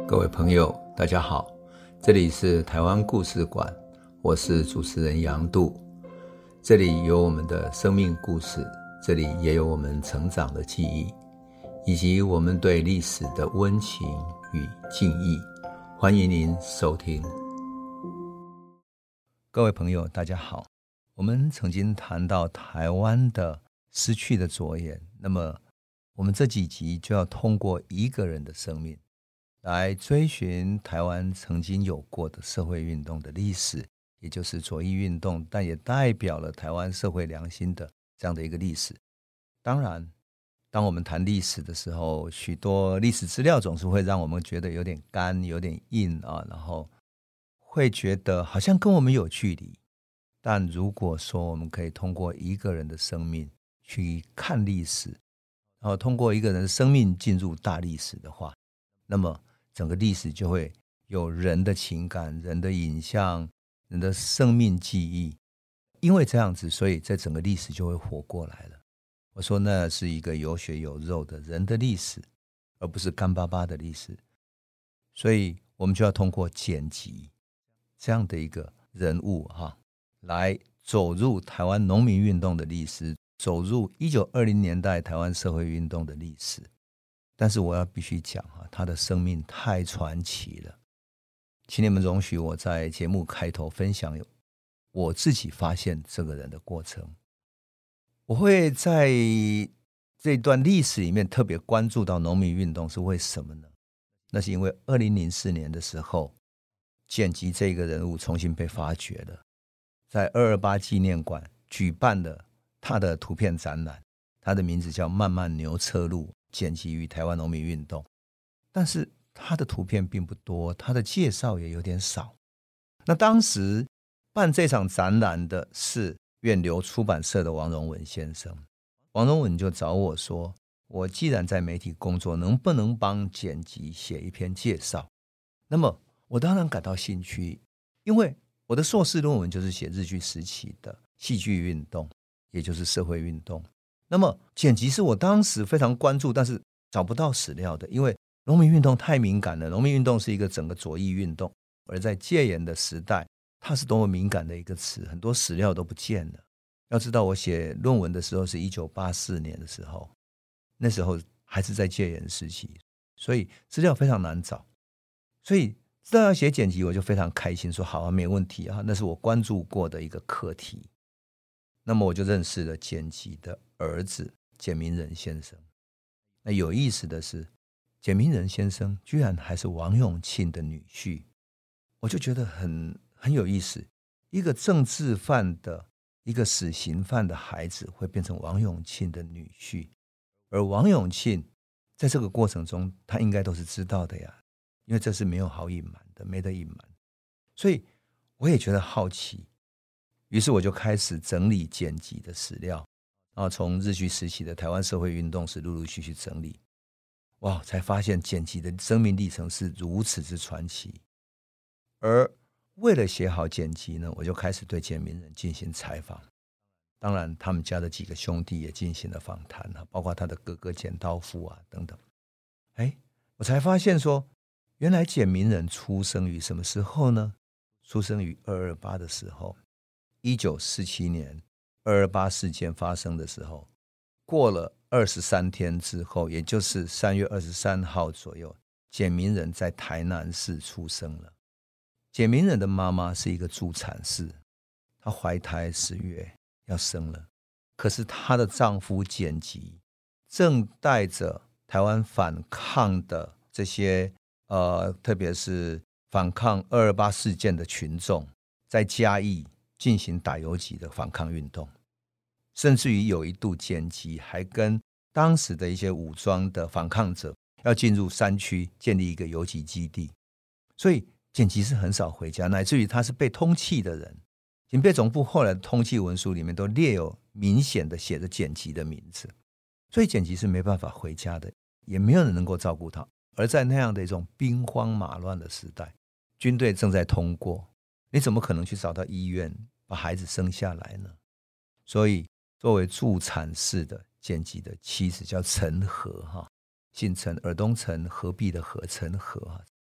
各位朋友大家好，这里是台湾故事馆，我是主持人杨度。这里有我们的生命故事，这里也有我们成长的记忆，以及我们对历史的温情与敬意。欢迎您收听。各位朋友大家好，我们曾经谈到台湾的失去的左眼，那么我们这几集就要通过一个人的生命来追寻台湾曾经有过的社会运动的历史，也就是左翼运动，但也代表了台湾社会良心的这样的一个历史。当然当我们谈历史的时候，许多历史资料总是会让我们觉得有点干有点硬然后会觉得好像跟我们有距离。但如果说我们可以通过一个人的生命去看历史，然后通过一个人的生命进入大历史的话，那么整个历史就会有人的情感、人的影像、人的生命记忆。因为这样子，所以在整个历史就会活过来了。我说那是一个有血有肉的人的历史，而不是干巴巴的历史。所以我们就要通过剪辑这样的一个人物来走入台湾农民运动的历史，走入1920年代台湾社会运动的历史。但是我要必须讲他的生命太传奇了。请你们容许我在节目开头分享我自己发现这个人的过程。我会在这段历史里面特别关注到农民运动，是为什么呢？那是因为2004年的时候，剪辑这个人物重新被发掘了，在228纪念馆举办了他的图片展览，他的名字叫漫漫牛车路，剪辑于台湾农民运动。但是他的图片并不多，他的介绍也有点少。那当时办这场展览的是远流出版社的王荣文先生，王荣文就找我说，我既然在媒体工作，能不能帮剪辑写一篇介绍？那么我当然感到兴趣，因为我的硕士论文就是写日据时期的戏剧运动，也就是社会运动。那么剪辑是我当时非常关注，但是找不到史料的，因为农民运动太敏感了。农民运动是一个整个左翼运动，而在戒严的时代，它是多么敏感的一个词，很多史料都不见了。要知道我写论文的时候是1984年的时候，那时候还是在戒严时期，所以资料非常难找。所以知道要写剪辑，我就非常开心，说好没问题那是我关注过的一个课题。那么我就认识了剪辑的儿子简明仁先生。那有意思的是，简明仁先生居然还是王永庆的女婿，我就觉得很有意思。一个政治犯的一个死刑犯的孩子会变成王永庆的女婿，而王永庆在这个过程中他应该都是知道的呀，因为这是没有好隐瞒的，没得隐瞒。所以我也觉得好奇，于是我就开始整理剪辑的史料，然后从日据时期的台湾社会运动史陆陆续续整理，哇，才发现剪辑的生命历程是如此之传奇。而为了写好剪辑呢，我就开始对简明仁进行采访，当然他们家的几个兄弟也进行了访谈包括他的哥哥简道夫等等。我才发现说，原来简明仁出生于什么时候呢？出生于228的时候，1947年228事件发生的时候，过了23天之后，也就是3月23号左右，简明仁在台南市出生了。简明仁的妈妈是一个助产士，她怀胎10月要生了，可是她的丈夫简辑正带着台湾反抗的这些特别是反抗228事件的群众，在嘉义进行打游击的反抗运动，甚至于有一度简辑还跟当时的一些武装的反抗者要进入山区建立一个游击基地，所以简辑是很少回家，乃至于他是被通缉的人。警备总部后来的通缉文书里面都列有明显的写着简辑的名字，所以简辑是没办法回家的，也没有人能够照顾他。而在那样的一种兵荒马乱的时代，军队正在通过，你怎么可能去找到医院把孩子生下来呢？所以作为助产士的简辑的妻子叫陈和姓陈，尔东陈，合璧的合，陈和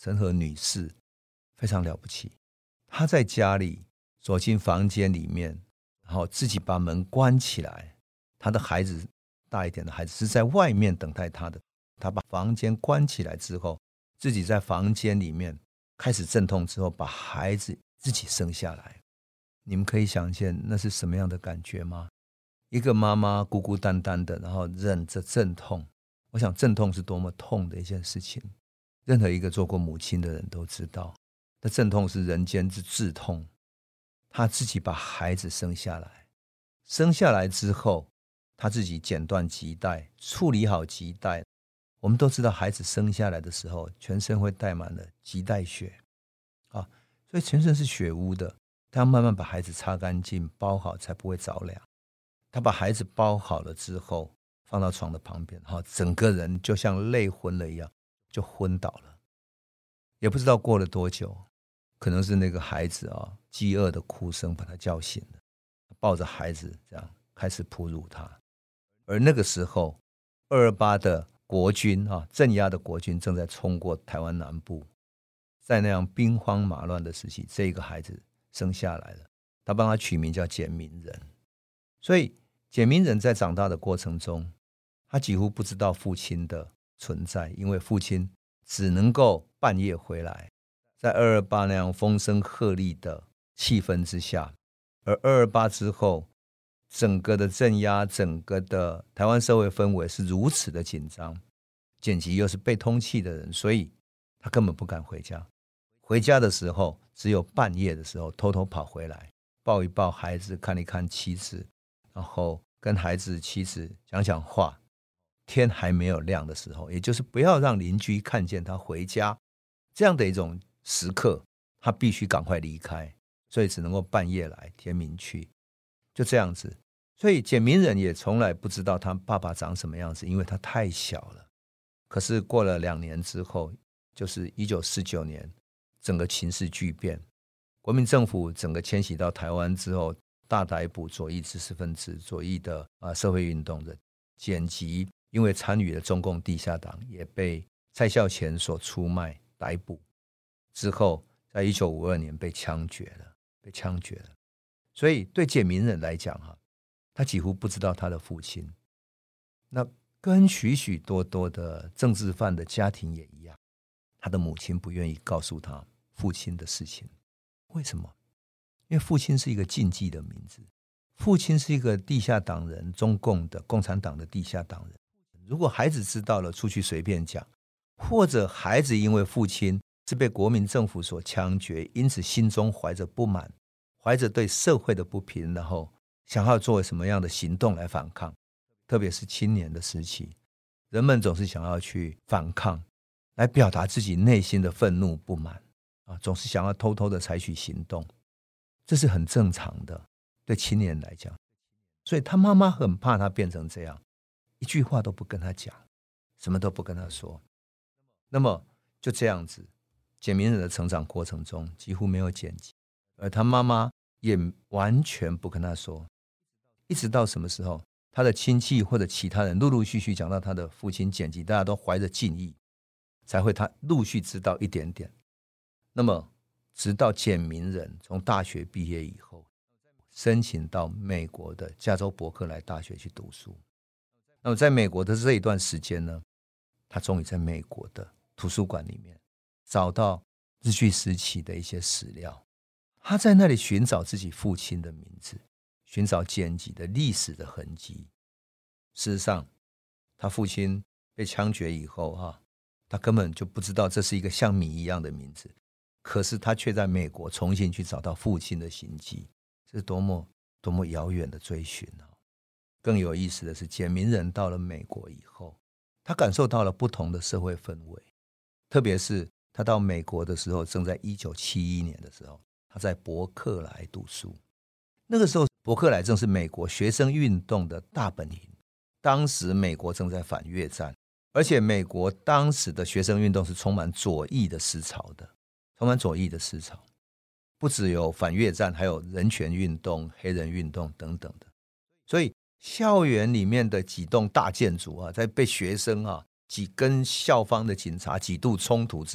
陈和女士非常了不起，她在家里走进房间里面，然后自己把门关起来，她的孩子大一点的孩子是在外面等待她的，她把房间关起来之后，自己在房间里面开始阵痛之后，把孩子自己生下来。你们可以想见那是什么样的感觉吗？一个妈妈孤孤单单的，然后忍着阵痛，我想阵痛是多么痛的一件事情，任何一个做过母亲的人都知道，那阵痛是人间之至痛。她自己把孩子生下来，生下来之后她自己剪断脐带，处理好脐带。我们都知道孩子生下来的时候全身会带满了脐带血啊，所以全身是血污的，他要慢慢把孩子擦干净包好才不会着凉。他把孩子包好了之后放到床的旁边，整个人就像累昏了一样就昏倒了。也不知道过了多久，可能是那个孩子饥饿的哭声把他叫醒了，抱着孩子这样开始哺乳他。而那个时候228的国军镇压的国军正在冲过台湾南部，在那样兵荒马乱的时期，这个孩子生下来了，他帮他取名叫简明仁。所以简明仁在长大的过程中，他几乎不知道父亲的存在，因为父亲只能够半夜回来，在228那样风声鹤唳的气氛之下。而228之后，整个的镇压，整个的台湾社会氛围是如此的紧张，简吉又是被通缉的人，所以他根本不敢回家。回家的时候只有半夜的时候偷偷跑回来，抱一抱孩子，看一看妻子，然后跟孩子妻子讲讲话，天还没有亮的时候，也就是不要让邻居看见他回家这样的一种时刻，他必须赶快离开，所以只能够半夜来，天明去，就这样子。所以简明仁也从来不知道他爸爸长什么样子，因为他太小了。可是过了2年之后，就是1949年，整个情势巨变，国民政府整个迁徙到台湾之后，大逮捕左翼知识分子、左翼的社会运动的简吉，因为参与了中共地下党，也被蔡孝乾所出卖逮捕，之后在1952年被枪决了。所以对简明仁来讲他几乎不知道他的父亲。那跟许许多多的政治犯的家庭也一样，他的母亲不愿意告诉他父亲的事情。为什么？因为父亲是一个禁忌的名字，父亲是一个地下党人，中共的共产党的地下党人。如果孩子知道了出去随便讲，或者孩子因为父亲是被国民政府所枪决，因此心中怀着不满，怀着对社会的不平，然后想要做什么样的行动来反抗。特别是青年的时期，人们总是想要去反抗，来表达自己内心的愤怒不满总是想要偷偷的采取行动，这是很正常的，对青年来讲。所以他妈妈很怕他变成这样，一句话都不跟他讲，什么都不跟他说。那么就这样子，简明仁的成长过程中几乎没有剪辑，而他妈妈也完全不跟他说。一直到什么时候，他的亲戚或者其他人陆陆续续讲到他的父亲简吉，大家都怀着敬意，才会他陆续知道一点点。那么直到简明仁从大学毕业以后，申请到美国的加州伯克莱大学去读书。那么在美国的这一段时间呢，他终于在美国的图书馆里面找到日据时期的一些史料，他在那里寻找自己父亲的名字，寻找简吉的历史的痕迹。事实上他父亲被枪决以后他根本就不知道这是一个像谜一样的名字，可是他却在美国重新去找到父亲的行迹，这是多么遥远的追寻更有意思的是，简明仁到了美国以后，他感受到了不同的社会氛围，特别是他到美国的时候，正在1971年的时候，他在伯克莱读书。那个时候伯克莱正是美国学生运动的大本营，当时美国正在反越战，而且美国当时的学生运动是充满左翼的思潮的，不只有反越战，还有人权运动、黑人运动等等的。所以校园里面的几栋大建筑在被学生跟校方的警察几度冲突之后，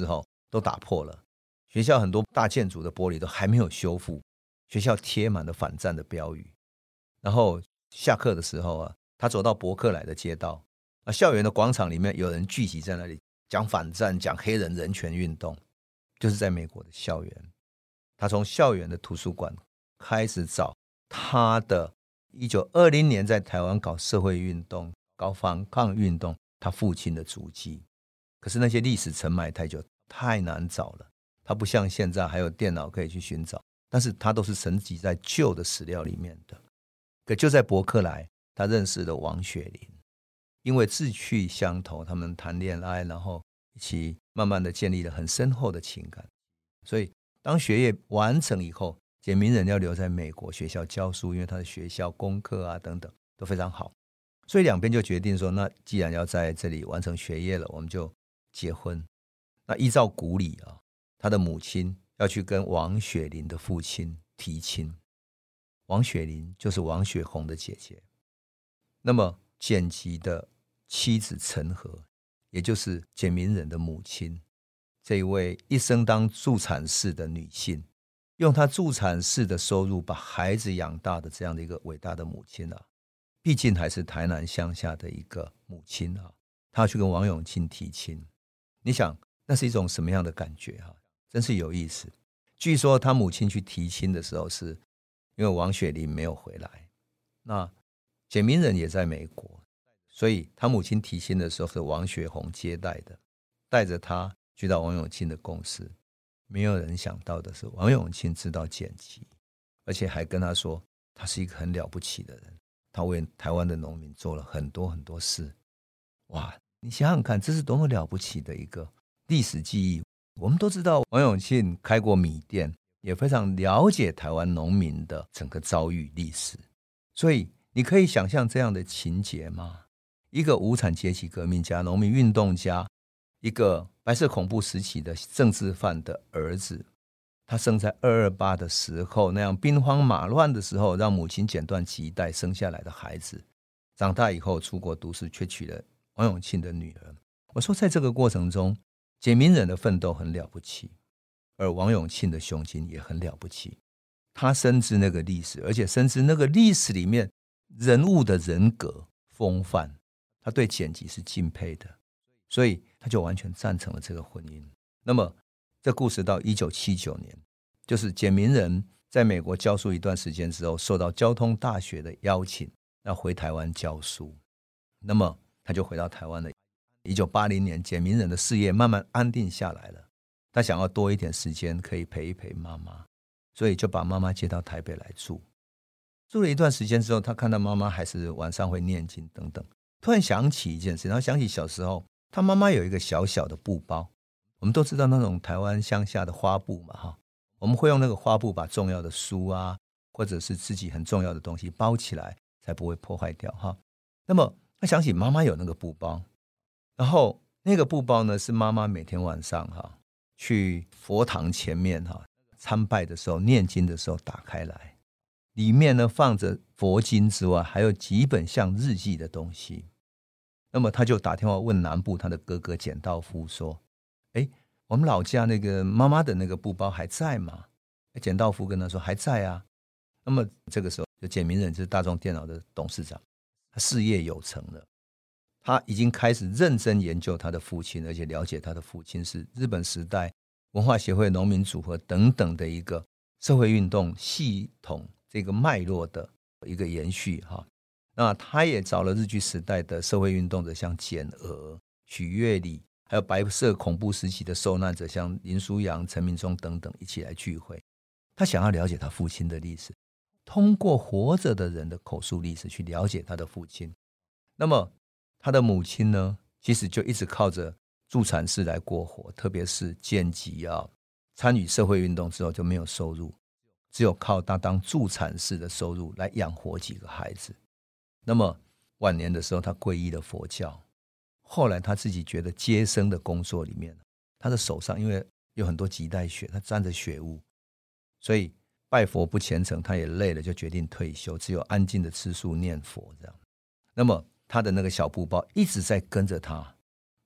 都打破了，学校很多大建筑的玻璃都还没有修复，学校贴满了反战的标语。然后下课的时候啊，他走到伯克莱的街道，校园的广场里面有人聚集在那里讲反战，讲黑人人权运动，就是在美国的校园。他从校园的图书馆开始找他的1920年在台湾搞社会运动、搞反抗运动他父亲的足迹。可是那些历史沉埋太久，太难找了。他不像现在还有电脑可以去寻找，但是他都是沉积在旧的史料里面的。可就在伯克莱，他认识了王雪玲，因为志趣相投，他们谈恋爱，然后一起慢慢的建立了很深厚的情感。所以当学业完成以后，简明仁要留在美国学校教书，因为他的学校功课啊等等都非常好，所以两边就决定说，那既然要在这里完成学业了，我们就结婚。那依照古礼啊，他的母亲要去跟王雪玲的父亲提亲，王雪玲就是王雪红的姐姐。那么简吉的妻子陈和，也就是简明仁的母亲，这一位一生当助产士的女性，用她助产士的收入把孩子养大的这样的一个伟大的母亲啊，毕竟还是台南乡下的一个母亲啊，她要去跟王永庆提亲。你想那是一种什么样的感觉啊？真是有意思。据说他母亲去提亲的时候，是因为王雪玲没有回来，那简明仁也在美国，所以他母亲提亲的时候是王雪红接待的，带着他去到王永庆的公司。没有人想到的是，王永庆知道简吉，而且还跟他说他是一个很了不起的人，他为台湾的农民做了很多很多事。哇，你想想看，这是多么了不起的一个历史记忆。我们都知道王永庆开过米店，也非常了解台湾农民的整个遭遇历史，所以你可以想象这样的情节吗？一个无产阶级革命家、农民运动家，一个白色恐怖时期的政治犯的儿子，他生在228的时候，那样兵荒马乱的时候，让母亲剪断脐带生下来的孩子，长大以后出国读书，却娶了王永庆的女儿。我说在这个过程中，简明仁的奋斗很了不起，而王永庆的胸襟也很了不起。他深知那个历史，而且深知那个历史里面人物的人格风范，他对简吉是敬佩的，所以他就完全赞成了这个婚姻。那么这故事到1979年，就是简明仁在美国教书一段时间之后，受到交通大学的邀请，要回台湾教书。那么他就回到台湾了。1980年，简明仁的事业慢慢安定下来了，他想要多一点时间可以陪一陪妈妈，所以就把妈妈接到台北来住。住了一段时间之后，他看到妈妈还是晚上会念经等等，突然想起一件事，然后想起小时候他妈妈有一个小小的布包。我们都知道那种台湾乡下的花布嘛，我们会用那个花布把重要的书啊，或者是自己很重要的东西包起来，才不会破坏掉。那么他想起妈妈有那个布包，然后那个布包呢，是妈妈每天晚上去佛堂前面参拜的时候、念经的时候打开来，里面呢放着佛经之外，还有几本像日记的东西。那么他就打电话问南部他的哥哥简道夫说，我们老家那个妈妈的那个布包还在吗？简道夫跟他说还在啊。那么这个时候就简明仁就是大众电脑的董事长，他事业有成了，他已经开始认真研究他的父亲，而且了解他的父亲是日本时代文化协会农民组合等等的一个社会运动系统这个脉络的一个延续。那他也找了日据时代的社会运动者，像简娥、许月里，还有白色恐怖时期的受难者，像林书扬、陈明忠等等一起来聚会。他想要了解他父亲的历史，通过活着的人的口述历史去了解他的父亲。那么他的母亲呢，其实就一直靠着助产士来过活，特别是简吉参与社会运动之后就没有收入，只有靠他当助产士的收入来养活几个孩子。那么晚年的时候，他皈依了佛教。后来他自己觉得接生的工作里面，他的手上因为有很多脐带血，他沾着血污，所以拜佛不虔诚，他也累了，就决定退休，只有安静的吃素念佛这样。那么他的那个小布包一直在跟着他，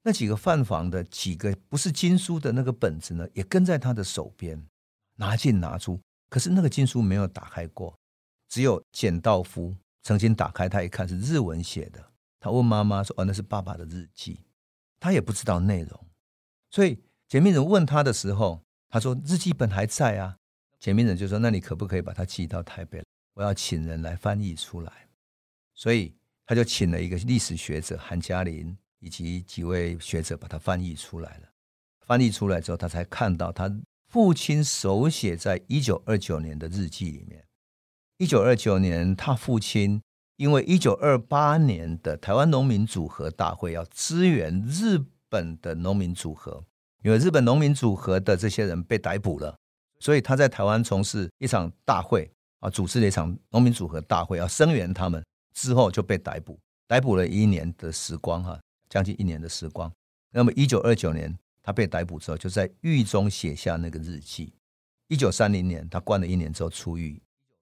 那几个犯房的几个不是经书的那个本子呢，也跟在他的手边，拿进拿出，可是那个经书没有打开过，只有简道夫曾经打开，他一看是日文写的，他问妈妈说：“哦，那是爸爸的日记。”他也不知道内容，所以简明人问他的时候，他说：“日记本还在啊。”简明人就说：“那你可不可以把它寄到台北？我要请人来翻译出来。”所以他就请了一个历史学者韩嘉林以及几位学者把它翻译出来了。翻译出来之后，他才看到他父亲手写在1929年的日记里面。1929年他父亲因为1928年的台湾农民组合大会要支援日本的农民组合，因为日本农民组合的这些人被逮捕了，所以他在台湾从事一场大会组织了一场农民组合大会要声援他们，之后就被逮捕了1年的时光将近1年的时光。那么1929年他被逮捕之后，就在狱中写下那个日记。1930年他关了1年之后出狱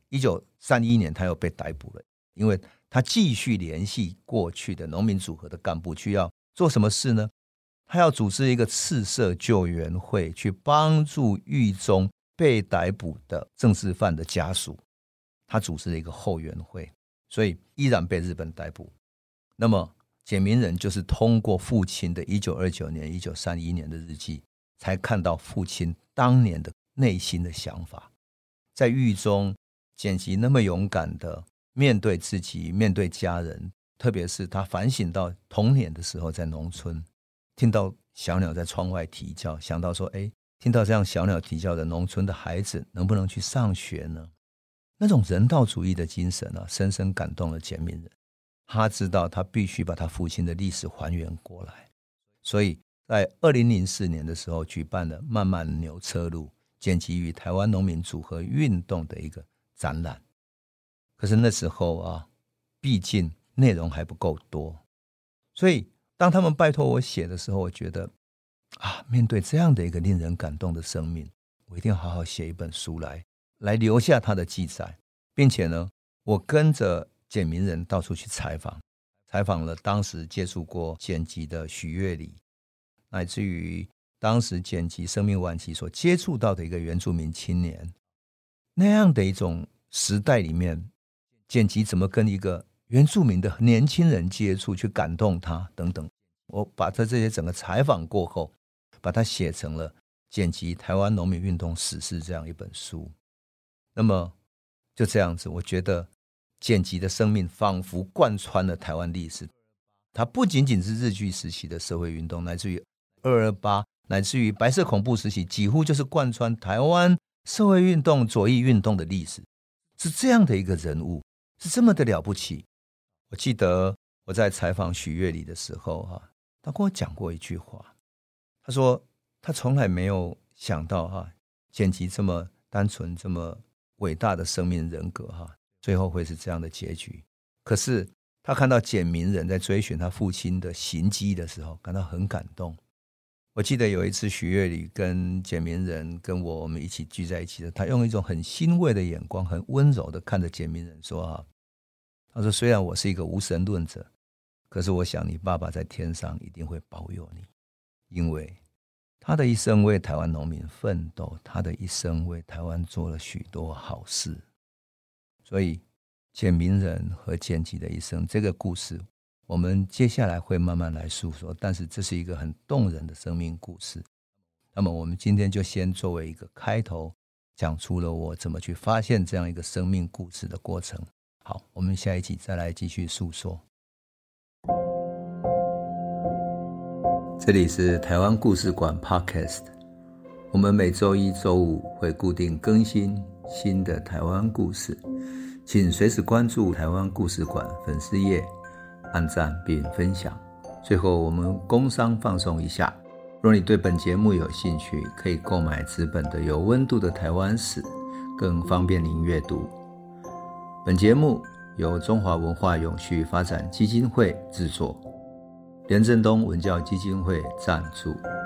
，1931年他又被逮捕了，因为他继续联系过去的农民组合的干部，去要做什么事呢？他要组织一个赤色救援会，去帮助狱中被逮捕的政治犯的家属。他组织了一个后援会，所以依然被日本逮捕。那么简明人就是通过父亲的1929年1931年的日记，才看到父亲当年的内心的想法。在狱中，简吉那么勇敢的面对自己，面对家人，特别是他反省到童年的时候在农村听到小鸟在窗外啼叫，想到说听到这样小鸟啼叫的农村的孩子能不能去上学呢？那种人道主义的精神深深感动了简明人。他知道他必须把他父亲的历史还原过来，所以在2004年的时候举办了漫漫牛车路简吉与台湾农民组合运动的一个展览。可是那时候毕竟内容还不够多，所以当他们拜托我写的时候，我觉得面对这样的一个令人感动的生命，我一定要好好写一本书来留下他的记载，并且呢，我跟着简明人到处去采访了当时接触过简吉的许月里，乃至于当时简吉生命晚期所接触到的一个原住民青年，那样的一种时代里面，简吉怎么跟一个原住民的年轻人接触，去感动他等等。我把这些整个采访过后，把它写成了《简吉台湾农民运动史事》这样一本书。那么就这样子，我觉得简吉的生命仿佛贯穿了台湾历史，它不仅仅是日据时期的社会运动，乃至于228，乃至于白色恐怖时期，几乎就是贯穿台湾社会运动、左翼运动的历史。是这样的一个人物，是这么的了不起。我记得我在采访许月里的时候他跟我讲过一句话，他说他从来没有想到简吉这么单纯、这么伟大的生命人格最后会是这样的结局。可是他看到简明人在追寻他父亲的行迹的时候，感到很感动。我记得有一次许月里跟简明人跟我们一起聚在一起的，他用一种很欣慰的眼光，很温柔的看着简明人说他说虽然我是一个无神论者，可是我想你爸爸在天上一定会保佑你，因为他的一生为台湾农民奋斗，他的一生为台湾做了许多好事。所以简明人和简吉的一生这个故事，我们接下来会慢慢来诉说，但是这是一个很动人的生命故事。那么我们今天就先作为一个开头，讲出了我怎么去发现这样一个生命故事的过程。好，我们下一集再来继续诉说。这里是台湾故事馆 Podcast， 我们每周一、周五会固定更新新的台湾故事，请随时关注台湾故事馆粉丝页，按赞并分享。最后我们工商放送一下，若你对本节目有兴趣，可以购买纸本的有温度的台湾史，更方便您阅读。本节目由中华文化永续发展基金会制作，连震东文教基金会赞助。